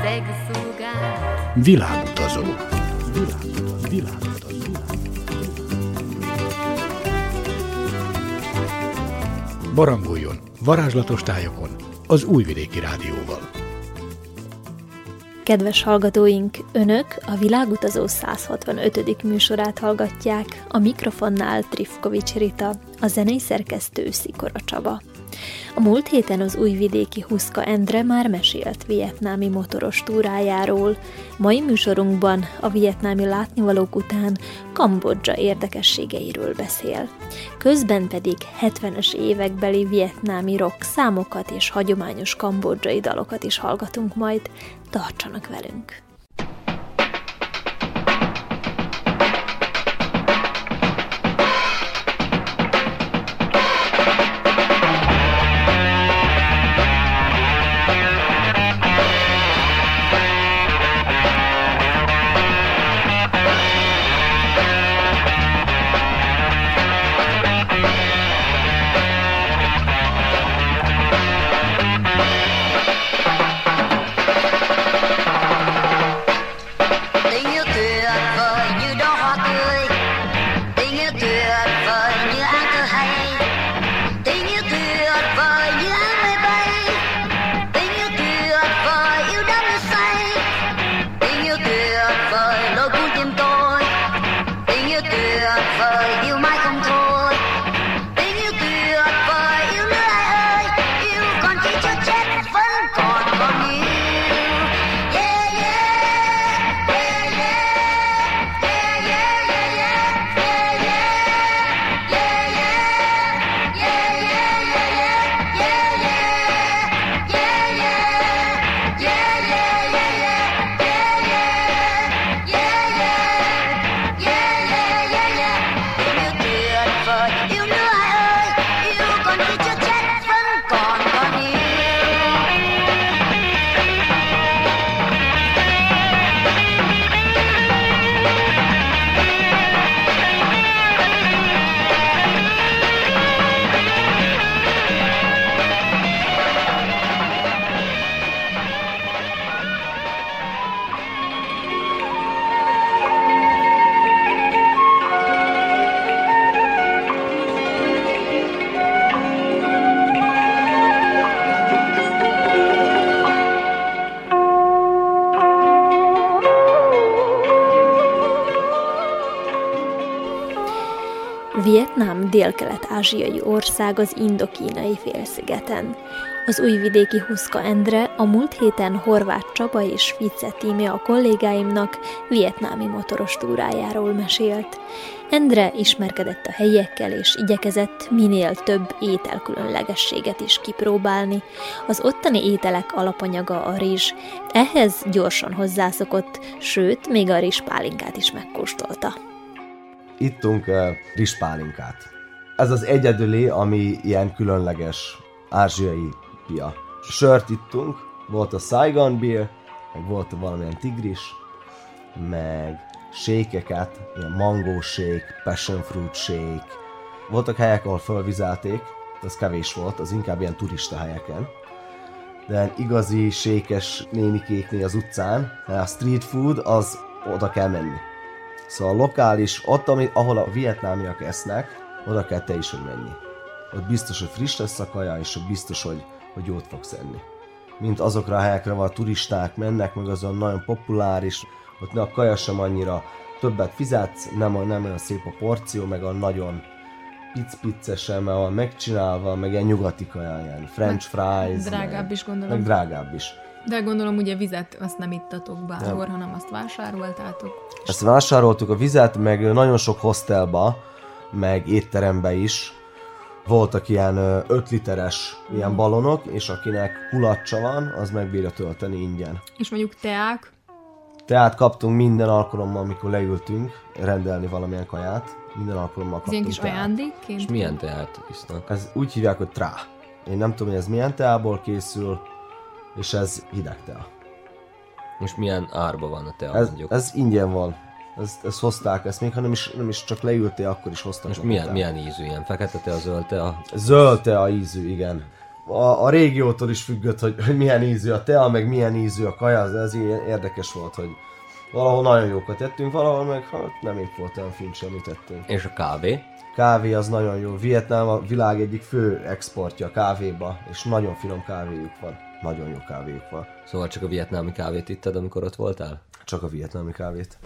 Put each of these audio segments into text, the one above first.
Világutazó. Barangoljon varázslatos tájokon az Újvidéki Rádióval. Kedves hallgatóink, Önök a Világutazó 165. műsorát hallgatják, a mikrofonnál Trifkovics Rita, a zenei szerkesztő Szikora Csaba. A múlt héten az újvidéki Huszka Endre már mesélt vietnámi motoros túrájáról. Mai műsorunkban a vietnámi látnivalók után Kambodzsa érdekességeiről beszél. Közben pedig 70-es évekbeli vietnámi rock számokat és hagyományos kambodzsai dalokat is hallgatunk majd. Tartsanak velünk! Vietnám délkelet-ázsiai ország az Indokínai félszigeten. Az újvidéki Huszka Endre a múlt héten Horváth Csaba és Fice Tímea a kollégáimnak vietnámi motoros túrájáról mesélt. Endre ismerkedett a helyiekkel és igyekezett minél több ételkülönlegességet is kipróbálni. Az ottani ételek alapanyaga a rizs. Ehhez gyorsan hozzászokott, sőt, még a rizspálinkát is megkóstolta. Ittunk rizspálinkát. Ez az egyedüli, ami ilyen különleges ázsiai pia. Sört ittunk, volt a Saigon Beer, meg volt valamilyen tigris, meg shake-eket, ilyen mango shake, passion fruit shake. Voltak helyek, ahol fölvizelték, az kevés volt, az inkább ilyen turista helyeken. De igazi shake-es nénikéknél az utcán, a street food, az oda kell menni. Szóval lokális, ott, ahol a vietnámiak esznek, oda kell te is, hogy menni. Ott biztos, hogy friss lesz a kaja, és biztos, hogy jót fogsz enni. Mint azokra a helyekre, ahol a turisták mennek, meg azon nagyon populáris, ott a kaja sem annyira többet fizetsz, nem olyan szép a porció, meg a nagyon pic-piccesen, mert van megcsinálva, meg ilyen nyugati kaja, ilyen french fries. Drágább is gondolom. Meg drágább is. De gondolom, ugye vizet azt nem ittatok bárhol, hanem azt vásároltátok. Ezt vásároltuk a vizet, meg nagyon sok hostelba, meg étterembe is voltak ilyen 5 literes ilyen ballonok, és akinek kulacsa van, az megbírja tölteni ingyen. És mondjuk teák? Teát kaptunk minden alkalommal, amikor leültünk rendelni valamilyen kaját. Minden alkalommal kaptunk teát. Ilyen kis ajándékként? És milyen teát isznak? Ez úgy hívják, hogy trá. Én nem tudom, hogy ez milyen teából készül, és ez hideg tea. Most milyen árba van a tea? Ez ingyen van. Ezt hozták, ezt még ha nem is csak leültél, akkor is hoztak. Most milyen ízű? Ilyen fekete tea, zöld tea? Zöld tea ízű, igen. a régiótól is függött, hogy milyen ízű a tea, meg milyen ízű a kaja, ez ilyen érdekes volt, hogy valahol nagyon jókat ettünk, valahol meg nem épp volt olyan fincsi, amit ettünk. És a kávé? Kávé az nagyon jó. Vietnám a világ egyik fő exportja a kávéba, és nagyon finom kávéjuk van. Nagyon jó kávéjuk van. Szóval csak a vietnámi kávét itted, amikor ott voltál? Csak a vietnámi kávét.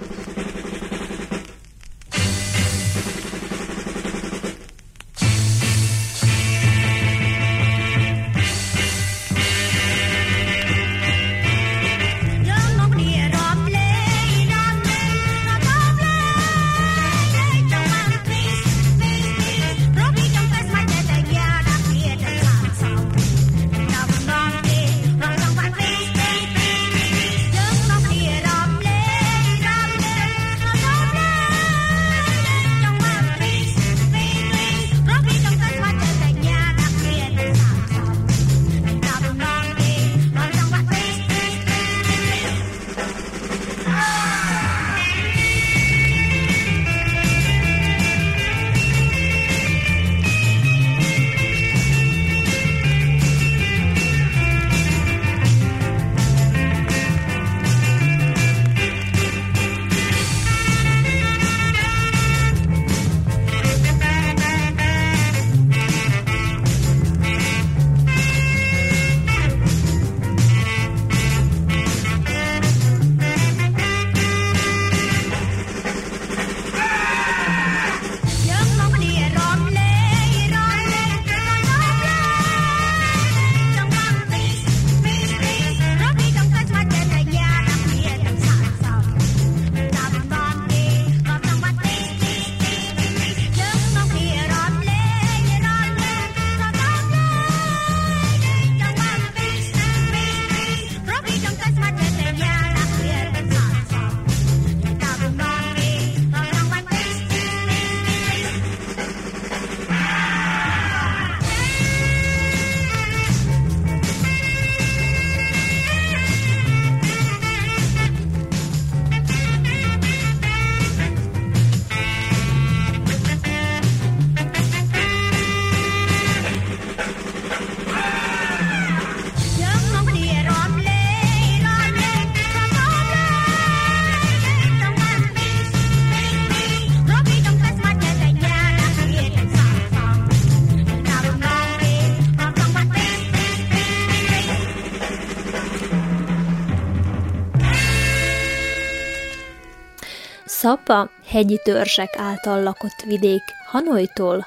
Sapa hegyi törzsek által lakott vidék, Hanoitól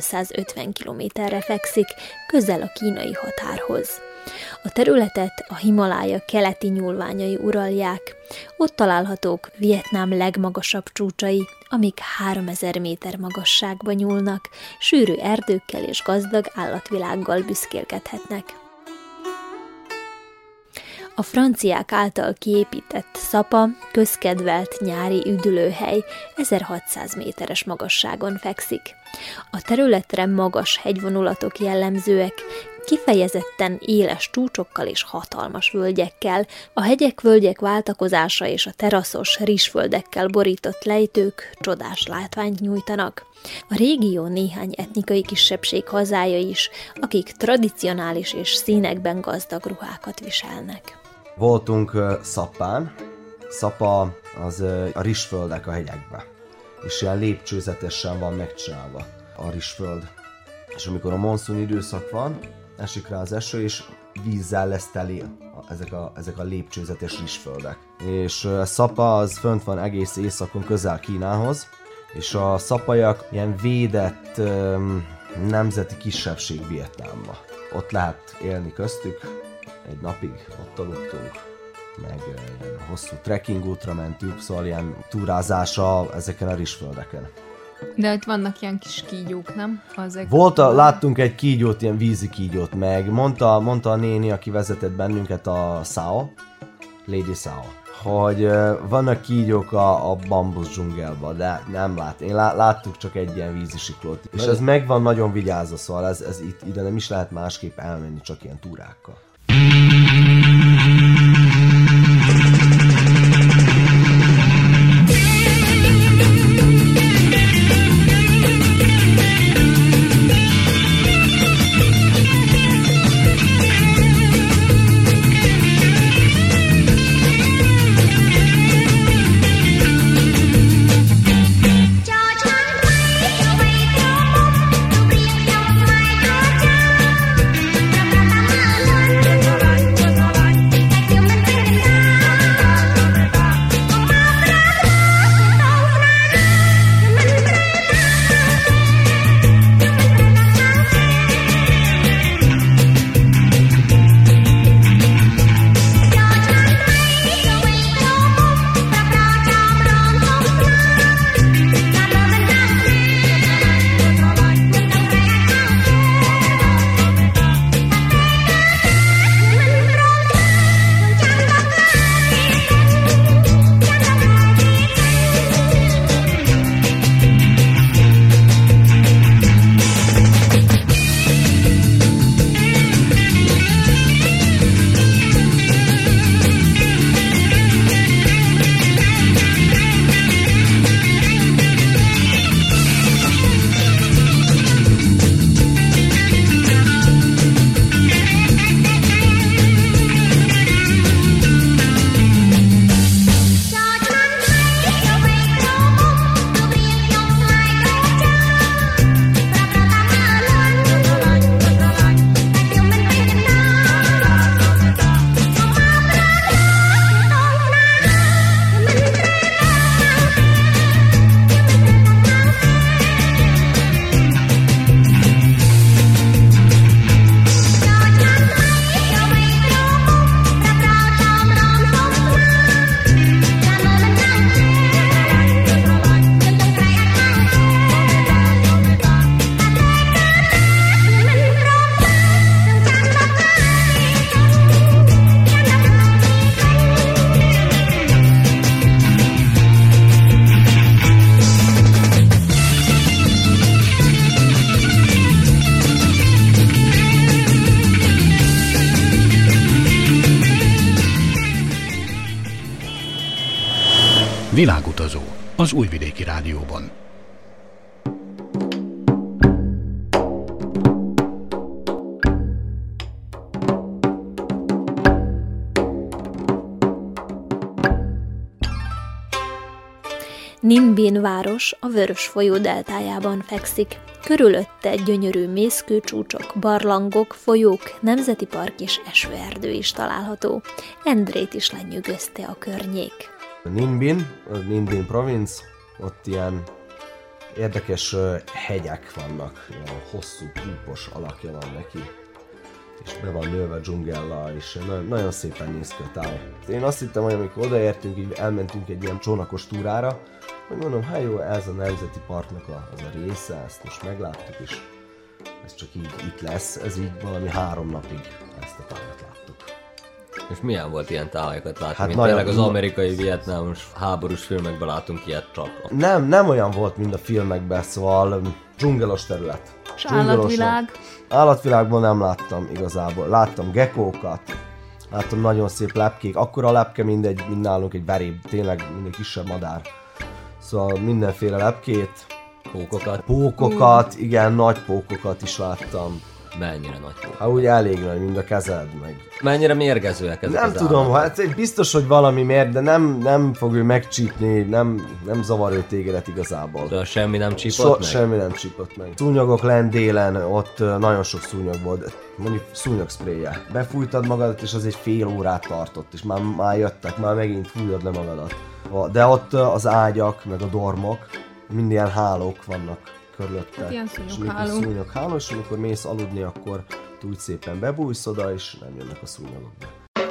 350 kilométerre fekszik, közel a kínai határhoz. A területet a Himalája keleti nyúlványai uralják. Ott találhatók Vietnám legmagasabb csúcsai, amik 3000 méter magasságba nyúlnak, sűrű erdőkkel és gazdag állatvilággal büszkélkedhetnek. A franciák által kiépített Sapa közkedvelt nyári üdülőhely 1600 méteres magasságon fekszik. A területre magas hegyvonulatok jellemzőek, kifejezetten éles csúcsokkal és hatalmas völgyekkel, a hegyek-völgyek váltakozása és a teraszos rizsföldekkel borított lejtők csodás látványt nyújtanak. A régió néhány etnikai kisebbség hazája is, akik tradicionális és színekben gazdag ruhákat viselnek. Voltunk Szapán. Szapa az a rizsföldek a hegyekbe, és ilyen lépcsőzetesen van megcsinálva a rizsföld. És amikor a monszun időszak van, esik rá az eső, és vízzel lesz teli ezek a lépcsőzetes rizsföldek. És Szapa az fönt van egész északon, közel Kínához, és a szapaiak ilyen védett nemzeti kisebbség Vietnámban. Ott lehet élni köztük, egy napig ott aludtunk, meg ilyen hosszú trekking útra mentünk, szóval ilyen túrázása ezeken a rizsföldeken. De ott vannak ilyen kis kígyók, nem? Láttunk egy kígyót, ilyen vízi kígyót, meg mondta a néni, aki vezetett bennünket, a Sao, Lady Sao, hogy vannak kígyók a bambusz dzsungelban, de nem láttuk csak egy ilyen vízisiklót. És ez meg van nagyon vigyázva, szóval ez ide nem is lehet másképp elmenni, csak ilyen túrákkal. Világutazó az Újvidéki Rádióban. Ninh Binh város a Vörös folyó deltájában fekszik. Körülötte gyönyörű mészkőcsúcsok, barlangok, folyók, nemzeti park és esőerdő is található. Endrét is lenyűgözte a környék. Ninh Binh, a Ninh Binh province, ott ilyen érdekes hegyek vannak, ilyen hosszú, kúpos alakja van neki, és be van nőve dzsungellal, és nagyon szépen néz ki a táj. Én azt hittem, hogy amikor odaértünk, így elmentünk egy ilyen csónakos túrára, hogy mondom, hát jó, ez a nemzeti parknak az a része, ezt most megláttuk, és ez csak így itt lesz, ez így valami 3 napig ezt a tájat láttuk. És milyen volt ilyen tájakat látni, Hát mint nagyon, tényleg az amerikai, vietnámos háborús filmekben látunk ilyet csak? Nem olyan volt, mint a filmekben, szóval dzsungelos terület. És állatvilág? Állatvilágban nem láttam igazából. Láttam gekókat, láttam nagyon szép lepkék. Akkora lepke, mint nálunk egy veréb, tényleg mindegy kisebb madár. Szóval mindenféle lepkét. Pókokat, igen, nagy pókokat is láttam. Mennyire nagy pók? Hát úgy elég nagy, mint a kezed meg. Mennyire mérgezőek ezek Nem az tudom, állatok? hát biztos, hogy valami miért, de nem fog ő megcsípni, nem zavar ő tégedet igazából. De semmi nem csípott meg? Semmi nem csípott meg. Szúnyogok lent délen, ott nagyon sok szúnyog volt, mondjuk szúnyogszpréje. Befújtad magadat, és az egy fél órát tartott, és már jöttek, már megint fújod le magadat. De ott az ágyak, meg a dormok, mind ilyen hálók vannak körülötte. Ilyen szúnyogháló. Szúnyogháló, és amikor mész aludni, akkor úgy szépen bebújsz oda, és nem jönnek a szúnyogok be.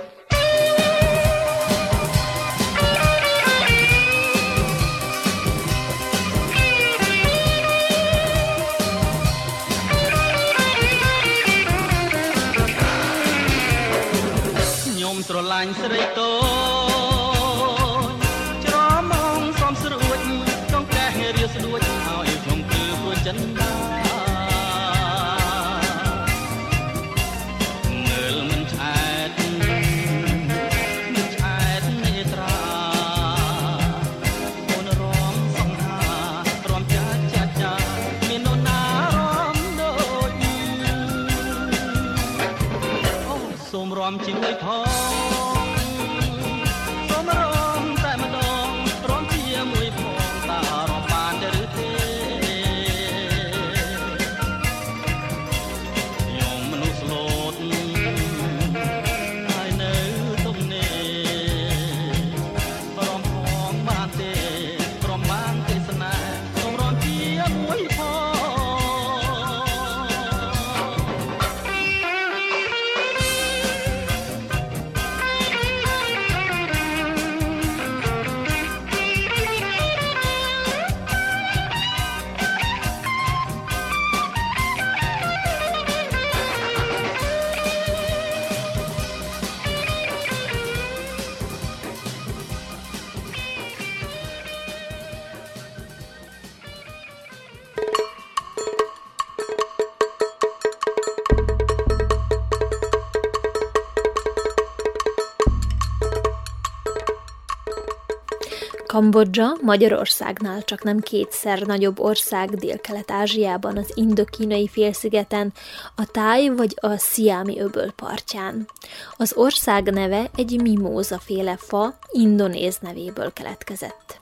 Kambodzsa Magyarországnál csak nem 2-szer nagyobb ország Délkelet-Ázsiában, az Indokínai félszigeten, a Táj vagy a Sziámi öböl partján. Az ország neve egy mimózaféle fa indonéz nevéből keletkezett.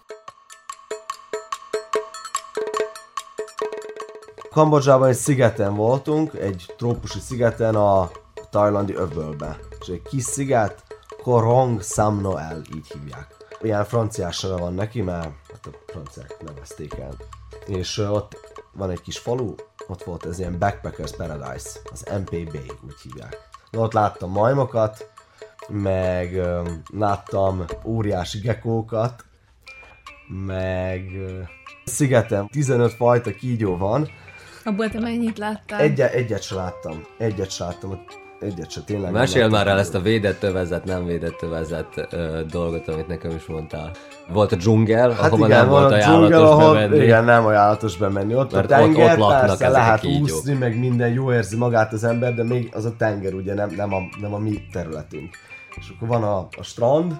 Kambodzsában egy szigeten voltunk, egy trópusi szigeten a tajlandi öbölbe. És egy kis sziget, Korong Samnoel, így hívják. Ilyen franciás neve van neki, mert hát a franciák nevezték el. És ott van egy kis falu, ott volt ez ilyen Backpackers Paradise, az MPB, úgy hívják. Na, ott láttam majmokat, meg láttam óriási gekókat, meg szigeten 15 fajta kígyó van. Abból te mennyit láttál? Egyet se láttam, egyet se, tényleg. Mesél már el ezt a védett övezet, nem védett övezet dolgot, amit nekem is mondtál. Volt a dzsungel, hát ahova igen, nem volt ajánlatos bemenni. Igen, nem ajánlatos bemenni. Ott mert a tenger, ott persze lehet kígyók. úszni, meg minden, jó érzi magát az ember, de még az a tenger ugye nem a mi területünk. És akkor van a strand,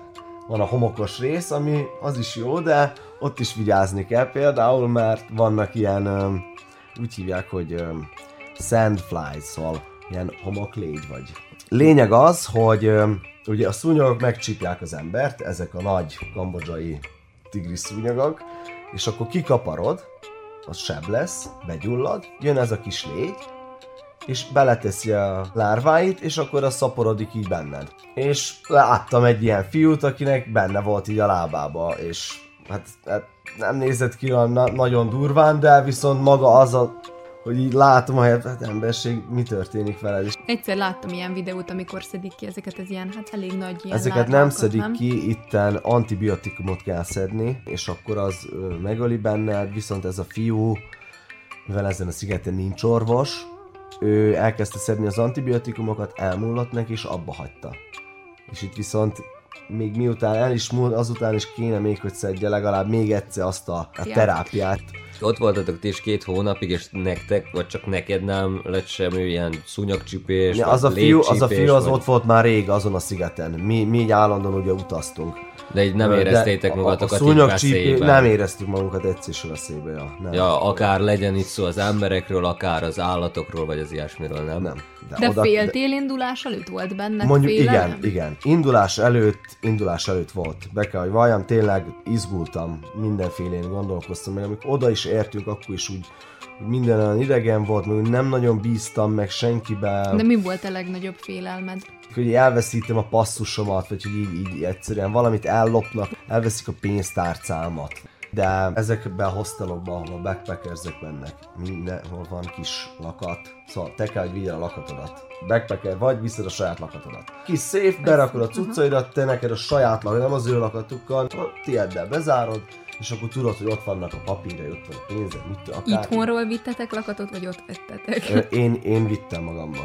van a homokos rész, ami az is jó, de ott is vigyázni kell például, mert vannak ilyen, úgy hívják, hogy sandflies, szóval ilyen homoklégy vagy. Lényeg az, hogy ugye a szúnyogok megcsípják az embert, ezek a nagy kambodzsai tigris szúnyogok, és akkor kikaparod, az seb lesz, begyullad, jön ez a kis légy, és beleteszi a lárváit, és akkor az szaporodik így benned. És láttam egy ilyen fiút, akinek benne volt így a lábába, és hát nem nézett ki nagyon durván, de viszont maga az hogy így látom, hogy hát emberség, mi történik veled. És egyszer láttam ilyen videót, amikor szedik ki ezeket az ilyen, hát elég nagy ilyen ezeket nem szedik ki, itten antibiotikumot kell szedni, és akkor az megöli benned, viszont ez a fiú, mivel ezen a szigeten nincs orvos, ő elkezdte szedni az antibiotikumokat, elmúlott neki, és abba hagyta. És itt viszont még miután el is múlt, azután is kéne még, hogy szedje legalább még egyszer azt a terápiát. Ott voltatok ti is 2 hónapig, és nektek, vagy csak neked nem lett semmi ilyen szúnyogcsipés, ja, az a fiú az ott volt már rég azon a szigeten. Mi így állandóan ugye utaztunk. De így nem éreztétek magatokat így veszélyben. Nem éreztük magunkat egyszer sem veszélyben. Ja, nem. Ja, akár legyen itt szó az emberekről, akár az állatokról, vagy az ilyesmiről, nem? Nem. De féltél indulás előtt volt benned mondjuk félelem? Igen. Indulás előtt volt. Be kell, hogy valljam, tényleg izgultam, mindenfélén gondolkoztam, meg amikor oda is értünk, akkor is úgy minden olyan idegen volt, meg nem nagyon bíztam meg senkiben. De mi volt a legnagyobb félelmed? Hogy elveszítem a passzusomat, vagy hogy így egyszerűen valamit ellopnak, elveszik a pénztárcámat. De ezekben a hostelokban, ahol a backpackersek mennek, mindenhol van kis lakat. Szóval te kell, hogy vigyél a lakatodat. Backpacker vagy, viszed a saját lakatodat. Kis safe, berakod a cuccaidat, te neked a saját lakatod, nem az ő lakatukkal, tiéddel bezárod, és akkor tudod, hogy ott vannak a papírjai, ott van a pénzed, mit akár. Itthonról vittetek lakatot, vagy ott vettetek? Én vittem magamba.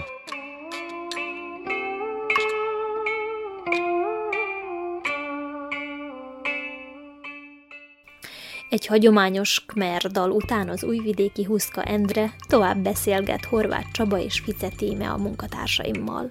Egy hagyományos khmer dal után az újvidéki Huszka Endre tovább beszélget Horváth Csaba és Fice Tíme a munkatársaimmal.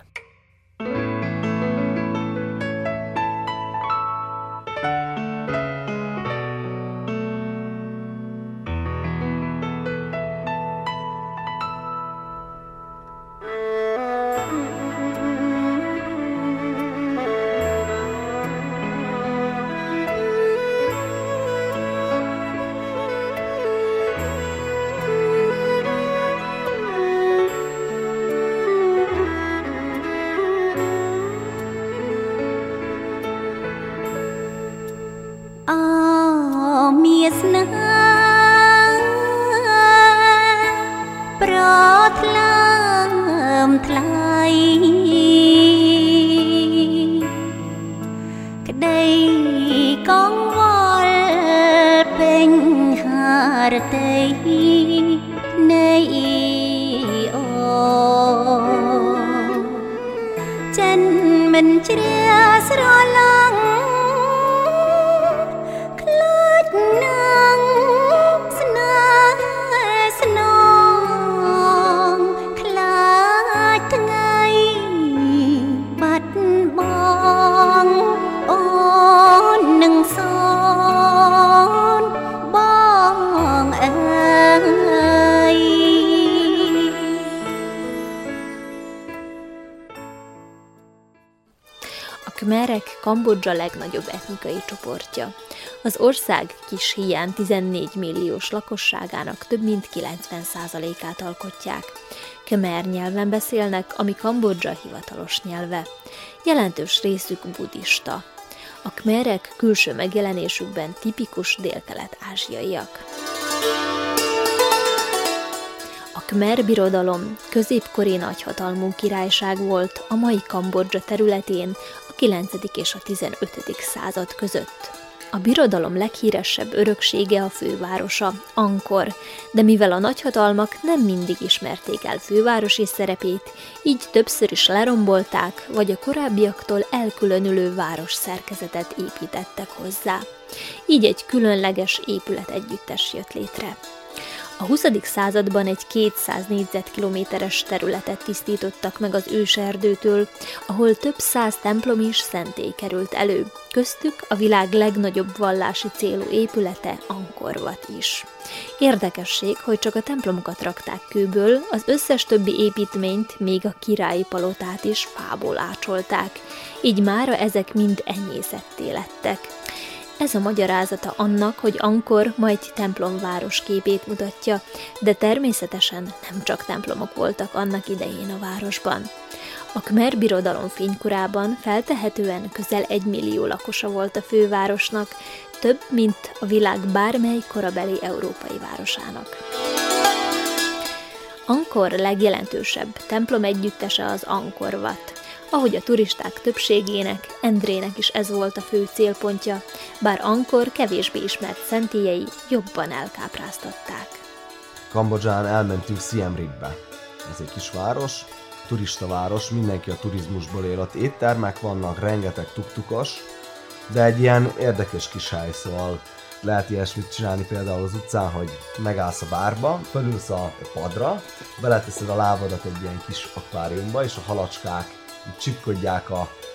Kambodzsa legnagyobb etnikai csoportja. Az ország kis híján 14 milliós lakosságának több mint 90%-át alkotják. Khmer nyelven beszélnek, ami Kambodzsa hivatalos nyelve. Jelentős részük buddhista. A khmerek külső megjelenésükben tipikus délkelet-ázsiaiak. A Khmer birodalom középkori nagyhatalmú királyság volt a mai Kambodzsa területén a 9. és a 15. század között. A birodalom leghíresebb öröksége a fővárosa, Angkor, de mivel a nagyhatalmak nem mindig ismerték el fővárosi szerepét, így többször is lerombolták, vagy a korábbiaktól elkülönülő város szerkezetet építettek hozzá. Így egy különleges épületegyüttes jött létre. A 20. században egy 200 négyzetkilométeres területet tisztítottak meg az őserdőtől, ahol több száz templom és szentély került elő, köztük a világ legnagyobb vallási célú épülete, Angkor Wat is. Érdekesség, hogy csak a templomokat rakták kőből, az összes többi építményt, még a királyi palotát is fából ácsolták, így mára ezek mind enyészetté lettek. Ez a magyarázata annak, hogy Angkor ma egy templomváros képét mutatja, de természetesen nem csak templomok voltak annak idején a városban. A Khmer Birodalom fénykorában feltehetően közel 1 millió lakosa volt a fővárosnak, több, mint a világ bármely korabeli európai városának. Angkor legjelentősebb templom együttese az Angkor Wat. Ahogy a turisták többségének, Endrének is ez volt a fő célpontja, bár Angkor kevésbé ismert szentélyei jobban elkápráztatták. Kambodzsán elmentünk Siem Reapbe. Ez egy kis város, turista város, mindenki a turizmusból él, ott éttermek vannak, rengeteg tuktukos, de egy ilyen érdekes kis hely, szóval lehet ilyesmit csinálni például az utcán, hogy megállsz a bárba, fölülsz a padra, beleteszed a lábadat egy ilyen kis akváriumba, és a halacskák csipkodják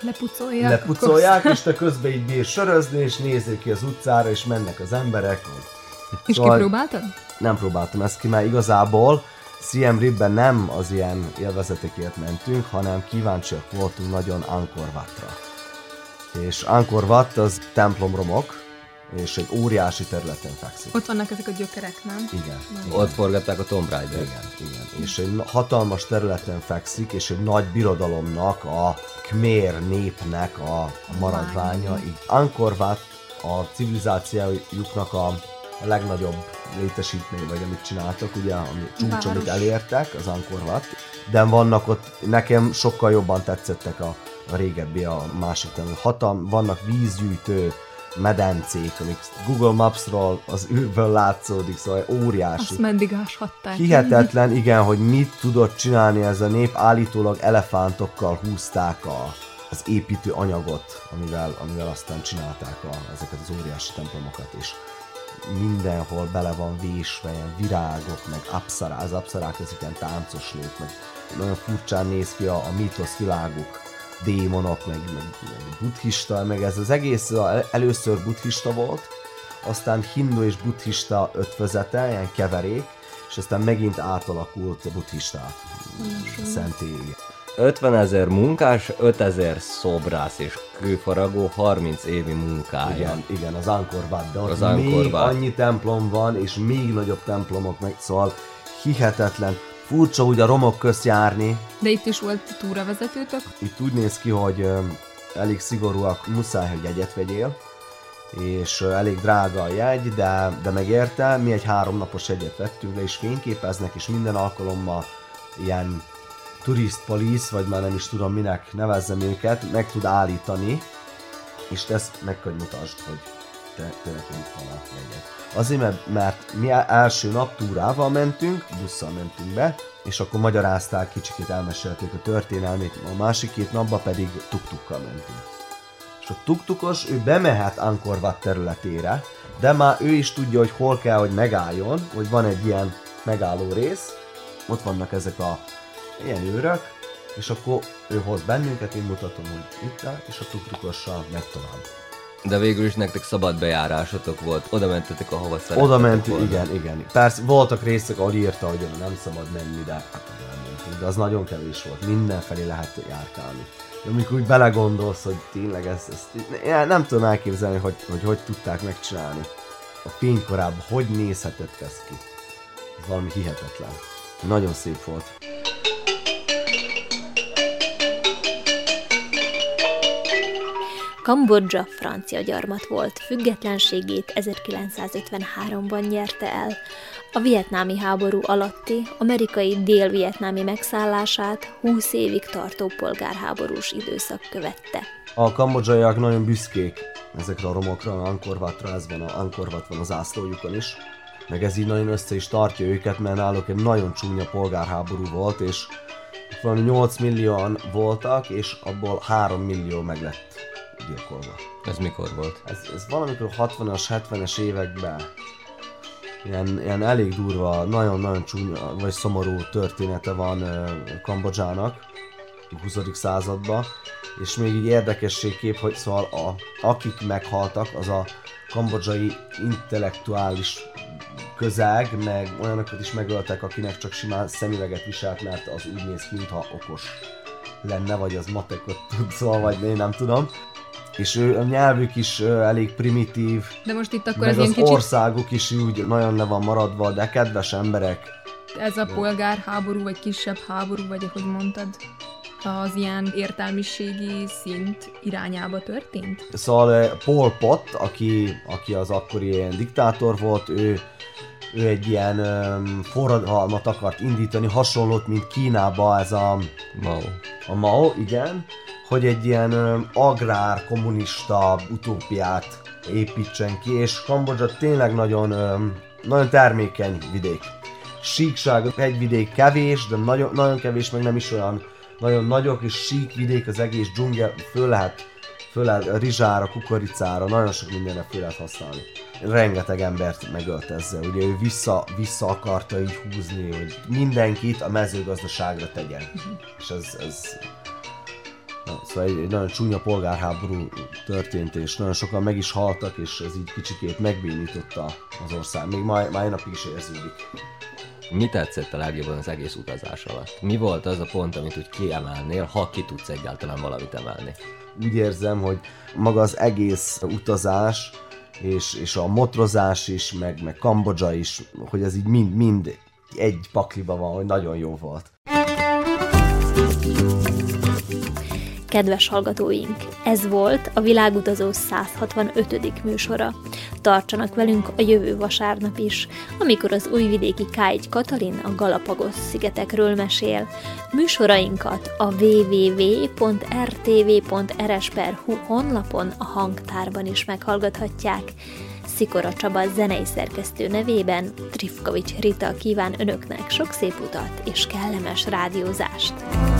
lepucolják, és te közben így bírsz sörözni, és nézzél ki az utcára, és mennek az emberek. És szóval kipróbáltad? Nem próbáltam ezt ki, mert igazából Siem Reapben nem az ilyen élvezetekért mentünk, hanem kíváncsiak voltunk nagyon Angkor Watra. És Angkor Wat az templomromok, és egy óriási területen fekszik. Ott vannak ezek a gyökerek, nem? Igen. Ott forgatták a Tomb Raider. Igen. És egy hatalmas területen fekszik, és egy nagy birodalomnak, a Khmer népnek a maradványa. Angkor Wat a civilizációjuknak a legnagyobb létesítmény, vagy amit csináltak, ugye, ami csúcs, amit elértek, az Angkor Wat. De vannak ott, nekem sokkal jobban tetszettek a régebbi, a másik terület. Vannak vízgyűjtő medencék, amik Google Maps-ról az űrből látszódik, szóval óriási. Azt meddig áshatták. Hihetetlen, igen, hogy mit tudott csinálni ez a nép, állítólag elefántokkal húzták az építő anyagot, amivel aztán csinálták ezeket az óriási templomokat, és mindenhol bele van vésve, ilyen virágok, meg az apszarák, ezek ilyen táncos nők, meg nagyon furcsán néz ki a mítosz világuk, démonok, meg buddhista, meg ez az egész először buddhista volt, aztán hindu és buddhista ötvözete, ilyen keverék, és aztán megint átalakult buddhista szentély. 50 000 munkás, 5000 szobrász és kőfaragó, 30 évi munkája. Igen, az Angkor Wat, de ott még annyi templom van, és még nagyobb templomok, meg szóval hihetetlen. Furcsa úgy a romok közt járni. De itt is volt túravezetőtök? Itt úgy néz ki, hogy elég szigorúak, muszáj, hogy jegyet vegyél, és elég drága a jegy, de megérte. Mi egy 3 napos jegyet vettünk le, és fényképeznek, és minden alkalommal ilyen tourist police, vagy már nem is tudom minek nevezzem őket, meg tud állítani, és te ezt meg kell mutasd, hogy te nekünk van a jegyet. Azért, mert mi első nap túrával mentünk, busszal mentünk be, és akkor magyarázták, kicsikét elmesélték a történelmét, a másik 2 napban pedig tuktukkal mentünk. És a tuktukos, ő bemehet Angkor Wat területére, de már ő is tudja, hogy hol kell, hogy megálljon, hogy van egy ilyen megálló rész, ott vannak ezek a ilyen őrök, és akkor ő hoz bennünket, én mutatom, hogy itt áll, és a tuktukossal megy tovább. De végül is nektek szabad bejárásotok volt, oda mentetek, ahova szerettetek. Oda mentünk, igen. Persze voltak részek, ahol írta, hogy nem szabad menni, de de az nagyon kevés volt, mindenfelé lehet járkálni. De amikor úgy belegondolsz, hogy tényleg ezt nem tudom elképzelni, hogy tudták megcsinálni. A fénykorában hogy nézhetett ez ki? Ez valami hihetetlen. Nagyon szép volt. Kambodzsa francia gyarmat volt, függetlenségét 1953-ban nyerte el. A vietnámi háború alatti, amerikai dél-vietnámi megszállását 20 évig tartó polgárháborús időszak követte. A kambodzsaiak nagyon büszkék ezekre a romokra, Angkor Watra, ez van, Angkor Wat van az ászlójukon is. Meg ez így nagyon össze is tartja őket, mert náluk egy nagyon csúnya polgárháború volt, és valami 8 millióan voltak, és abból 3 millió meg lett gyilkolva. Ez mikor volt? Ez valamikor 60-as, 70-es években. ilyen elég durva, nagyon-nagyon csúnya, vagy szomorú története van Kambodzsának a 20. században, és még így érdekességképp, hogy szóval akik meghaltak, az a kambodzsai intellektuális közeg, meg olyanokat is megöltek, akinek csak simán szemüveget viselt, mert az úgy néz ki, mintha okos lenne, vagy az matekot tud, szóval, vagy én nem tudom. És a nyelvük is elég primitív, de most itt akkor meg az kicsit... országuk is úgy nagyon le van maradva, de kedves emberek. Ez a polgárháború, vagy kisebb háború, vagy ahogy mondtad, az ilyen értelmiségi szint irányába történt? Szóval Pol Pot, aki az akkori ilyen diktátor volt, ő egy ilyen forradalmat akart indítani, hasonlót, mint Kínában ez a Mao. A Mao, igen, hogy egy ilyen agrár, kommunista utópiát építsen ki, és Kambodzsa tényleg nagyon, nagyon termékeny vidék. Síkság, hegyvidék kevés, de nagyon, nagyon kevés, meg nem is olyan nagyon nagyok, és sík vidék, az egész dzsungel, föl lehet rizsára, kukoricára, nagyon sok mindenre föl lehet használni. Rengeteg embert megölt ezzel, ugye ő vissza akarta így húzni, hogy mindenkit a mezőgazdaságra tegyen. És ez szóval egy nagyon csúnya polgárháború történt, és nagyon sokan meg is haltak, és ez így kicsikét megbénította az ország. Még mai napig is érződik. Mi tetszett a legjobban az egész utazás alatt? Mi volt az a pont, amit úgy kiemelnél, ha ki tudsz egyáltalán valamit emelni? Úgy érzem, hogy maga az egész utazás, és a motorozás is, meg Kambodzsa is, hogy ez így mind egy pakliba van, hogy nagyon jó volt. Kedves hallgatóink, ez volt a Világutazó 165. műsora. Tartsanak velünk a jövő vasárnap is, amikor az újvidéki K1 Katalin a Galapagos-szigetekről mesél. Műsorainkat a www.rtv.rs.hu honlapon a hangtárban is meghallgathatják. Szikora Csaba zenei szerkesztő nevében Trifkovics Rita kíván önöknek sok szép utat és kellemes rádiózást!